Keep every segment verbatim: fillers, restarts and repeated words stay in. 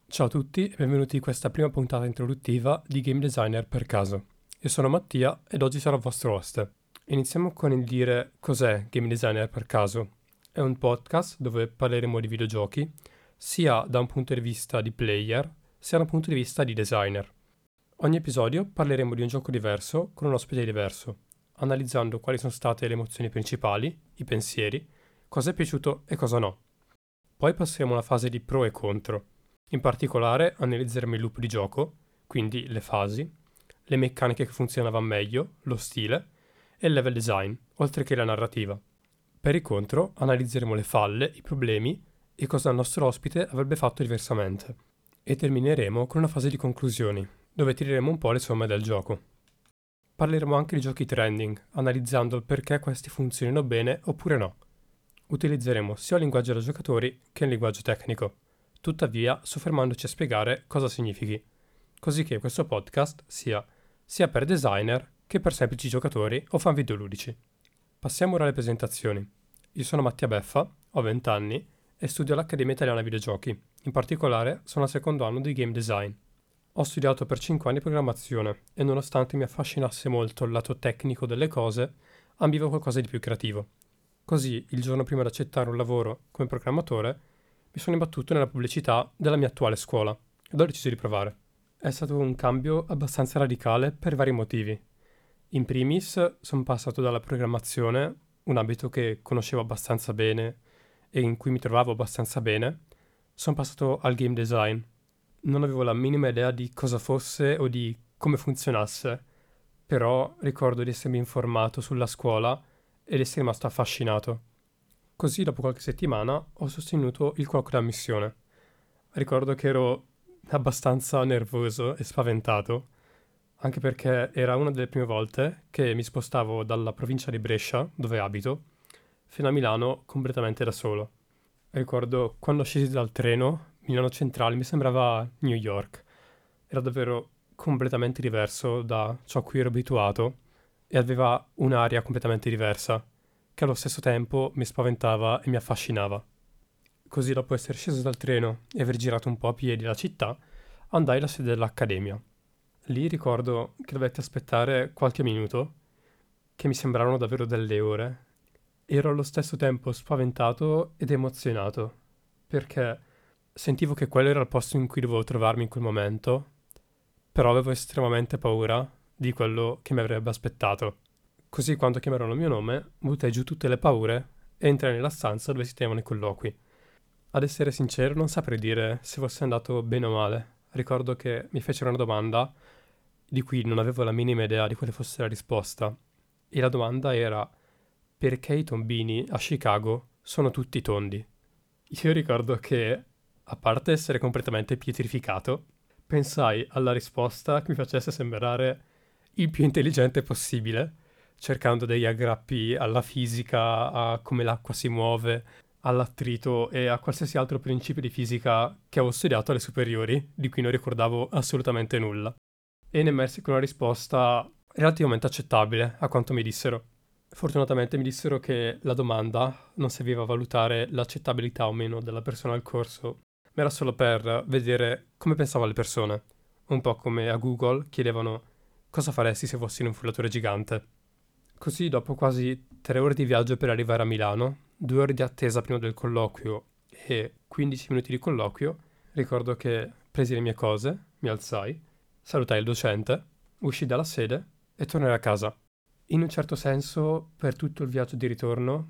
Ciao a tutti e benvenuti in questa prima puntata introduttiva di Game Designer per caso. Io sono Mattia ed oggi sarò il vostro host. Iniziamo con il dire cos'è Game Designer per caso. È un podcast dove parleremo di videogiochi sia da un punto di vista di player sia da un punto di vista di designer. Ogni episodio parleremo di un gioco diverso con un ospite diverso, analizzando quali sono state le emozioni principali, i pensieri, cosa è piaciuto e cosa no. Poi passeremo alla fase di pro e contro. In particolare analizzeremo il loop di gioco, quindi le fasi, le meccaniche che funzionavano meglio, lo stile e il level design, oltre che la narrativa. Per il contro analizzeremo le falle, i problemi e cosa il nostro ospite avrebbe fatto diversamente. E termineremo con una fase di conclusioni, dove tireremo un po' le somme del gioco. Parleremo anche di giochi trending, analizzando il perché questi funzionino bene oppure no. Utilizzeremo sia il linguaggio da giocatori che il linguaggio tecnico, tuttavia soffermandoci a spiegare cosa significhi, così che questo podcast sia sia per designer che per semplici giocatori o fan videoludici. Passiamo ora alle presentazioni. Io sono Mattia Beffa, ho venti anni e studio all'Accademia Italiana Videogiochi, in particolare sono al secondo anno di Game Design. Ho studiato per cinque anni programmazione e nonostante mi affascinasse molto il lato tecnico delle cose, ambivo qualcosa di più creativo. Così, il giorno prima di accettare un lavoro come programmatore, mi sono imbattuto nella pubblicità della mia attuale scuola ed ho deciso di provare. È stato un cambio abbastanza radicale per vari motivi. In primis, sono passato dalla programmazione, un ambito che conoscevo abbastanza bene e in cui mi trovavo abbastanza bene, sono passato al game design. Non avevo la minima idea di cosa fosse o di come funzionasse, però ricordo di essermi informato sulla scuola ed essere rimasto affascinato. Così dopo qualche settimana ho sostenuto il colloquio di ammissione. Ricordo che ero abbastanza nervoso e spaventato, anche perché era una delle prime volte che mi spostavo dalla provincia di Brescia, dove abito, fino a Milano completamente da solo. Ricordo quando scesi dal treno, Milano Centrale mi sembrava New York. Era davvero completamente diverso da ciò a cui ero abituato e aveva un'aria completamente diversa, che allo stesso tempo mi spaventava e mi affascinava. Così dopo essere sceso dal treno e aver girato un po' a piedi la città, andai alla sede dell'accademia. Lì ricordo che dovetti aspettare qualche minuto, che mi sembrarono davvero delle ore. Ero allo stesso tempo spaventato ed emozionato, perché sentivo che quello era il posto in cui dovevo trovarmi in quel momento, però avevo estremamente paura di quello che mi avrebbe aspettato. Così quando chiamarono il mio nome, buttai giù tutte le paure e entrai nella stanza dove si tenevano i colloqui. Ad essere sincero, non saprei dire se fosse andato bene o male. Ricordo che mi fecero una domanda di cui non avevo la minima idea di quale fosse la risposta. E la domanda era: perché i tombini a Chicago sono tutti tondi? Io ricordo che, a parte essere completamente pietrificato, pensai alla risposta che mi facesse sembrare il più intelligente possibile, cercando degli aggrappi alla fisica, a come l'acqua si muove, all'attrito e a qualsiasi altro principio di fisica che avevo studiato alle superiori, di cui non ricordavo assolutamente nulla. E ne emersi con una risposta relativamente accettabile, a quanto mi dissero. Fortunatamente mi dissero che la domanda non serviva a valutare l'accettabilità o meno della persona al corso, ma era solo per vedere come pensavano le persone. Un po' come a Google chiedevano cosa faresti se fossi in un frullatore gigante. Così, dopo quasi tre ore di viaggio per arrivare a Milano, due ore di attesa prima del colloquio e quindici minuti di colloquio, ricordo che presi le mie cose, mi alzai, salutai il docente, uscii dalla sede e tornai a casa. In un certo senso, per tutto il viaggio di ritorno,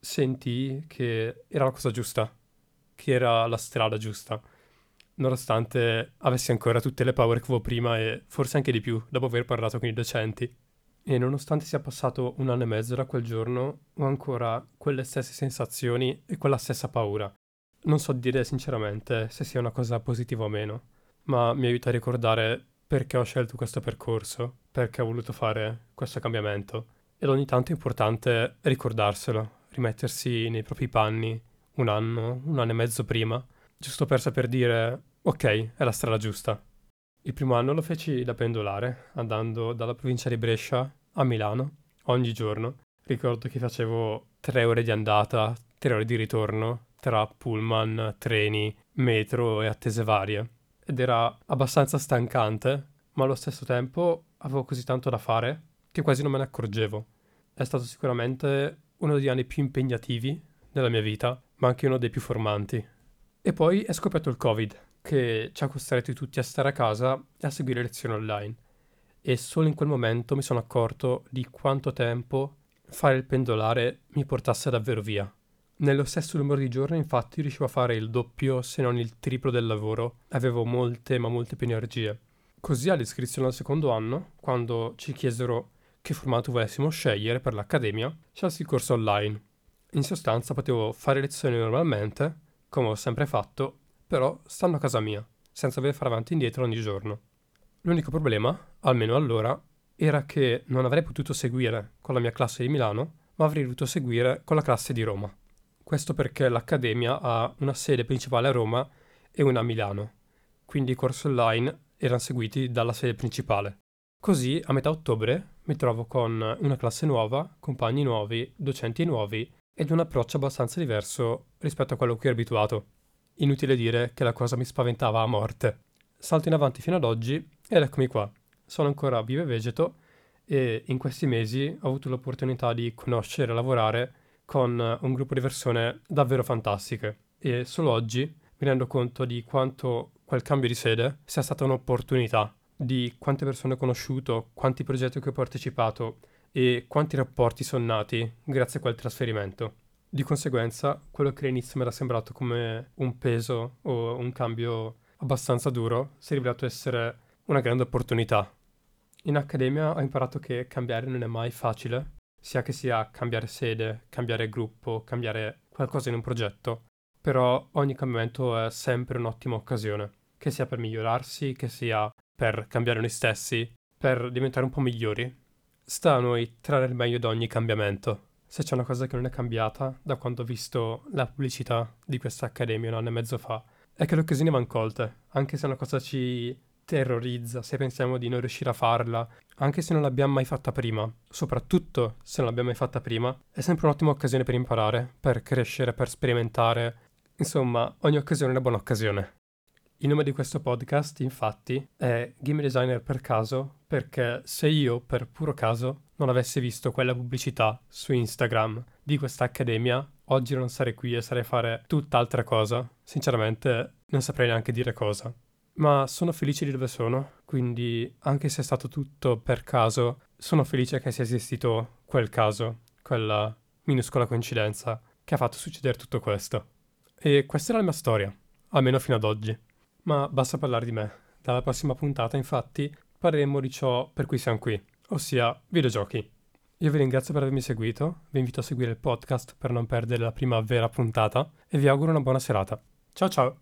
sentii che era la cosa giusta, che era la strada giusta, nonostante avessi ancora tutte le paure che avevo prima e forse anche di più dopo aver parlato con i docenti. E nonostante sia passato un anno e mezzo da quel giorno, ho ancora quelle stesse sensazioni e quella stessa paura. Non so dire sinceramente se sia una cosa positiva o meno, ma mi aiuta a ricordare perché ho scelto questo percorso, perché ho voluto fare questo cambiamento. Ed ogni tanto è importante ricordarselo, rimettersi nei propri panni un anno, un anno e mezzo prima, giusto per saper dire ok, è la strada giusta. Il primo anno lo feci da pendolare, andando dalla provincia di Brescia a Milano, ogni giorno. Ricordo che facevo tre ore di andata, tre ore di ritorno, tra pullman, treni, metro e attese varie. ed era abbastanza stancante, ma allo stesso tempo avevo così tanto da fare che quasi non me ne accorgevo. È stato sicuramente uno degli anni più impegnativi della mia vita, ma anche uno dei più formanti. E poi è scoppiato il Covid, che ci ha costretti tutti a stare a casa e a seguire lezioni online. E solo in quel momento mi sono accorto di quanto tempo fare il pendolare mi portasse davvero via. Nello stesso numero di giorni, infatti, riuscivo a fare il doppio, se non il triplo del lavoro. Avevo molte, ma molte più energie. Così all'iscrizione al secondo anno, quando ci chiesero che formato volessimo scegliere per l'accademia, scelsi il corso online. In sostanza potevo fare lezioni normalmente, come ho sempre fatto, però stando a casa mia, senza dover fare avanti e indietro ogni giorno. L'unico problema, almeno allora, era che non avrei potuto seguire con la mia classe di Milano, ma avrei dovuto seguire con la classe di Roma. Questo perché l'accademia ha una sede principale a Roma e una a Milano, quindi i corsi online erano seguiti dalla sede principale. Così a metà ottobre mi trovo con una classe nuova, compagni nuovi, docenti nuovi ed un approccio abbastanza diverso rispetto a quello a cui ero abituato. Inutile dire che la cosa mi spaventava a morte. Salto in avanti fino ad oggi ed eccomi qua. Sono ancora vivo e vegeto e in questi mesi ho avuto l'opportunità di conoscere e lavorare con un gruppo di persone davvero fantastiche e solo oggi mi rendo conto di quanto quel cambio di sede sia stata un'opportunità, di quante persone ho conosciuto, quanti progetti a cui ho partecipato e quanti rapporti sono nati grazie a quel trasferimento. Di conseguenza, quello che all'inizio mi era sembrato come un peso o un cambio abbastanza duro si è rivelato essere una grande opportunità. In accademia ho imparato che cambiare non è mai facile, sia che sia cambiare sede, cambiare gruppo, cambiare qualcosa in un progetto, però ogni cambiamento è sempre un'ottima occasione, che sia per migliorarsi, che sia per cambiare noi stessi, per diventare un po' migliori. Sta a noi trarre il meglio da ogni cambiamento. Se c'è una cosa che non è cambiata da quando ho visto la pubblicità di questa accademia un anno e mezzo fa, è che le occasioni vanno colte, anche se una cosa ci terrorizza, se pensiamo di non riuscire a farla, anche se non l'abbiamo mai fatta prima, soprattutto se non l'abbiamo mai fatta prima, è sempre un'ottima occasione per imparare, per crescere, per sperimentare. Insomma, ogni occasione è una buona occasione. Il nome di questo podcast, infatti, è Game Designer per caso, perché se io, per puro caso, non avessi visto quella pubblicità su Instagram di questa accademia, oggi non sarei qui e sarei a fare tutt'altra cosa. Sinceramente, non saprei neanche dire cosa. Ma sono felice di dove sono, quindi anche se è stato tutto per caso, sono felice che sia esistito quel caso, quella minuscola coincidenza che ha fatto succedere tutto questo. E questa è la mia storia, almeno fino ad oggi. Ma basta parlare di me. Dalla prossima puntata, infatti, parleremo di ciò per cui siamo qui, ossia videogiochi. Io vi ringrazio per avermi seguito, vi invito a seguire il podcast per non perdere la prima vera puntata e vi auguro una buona serata. Ciao ciao!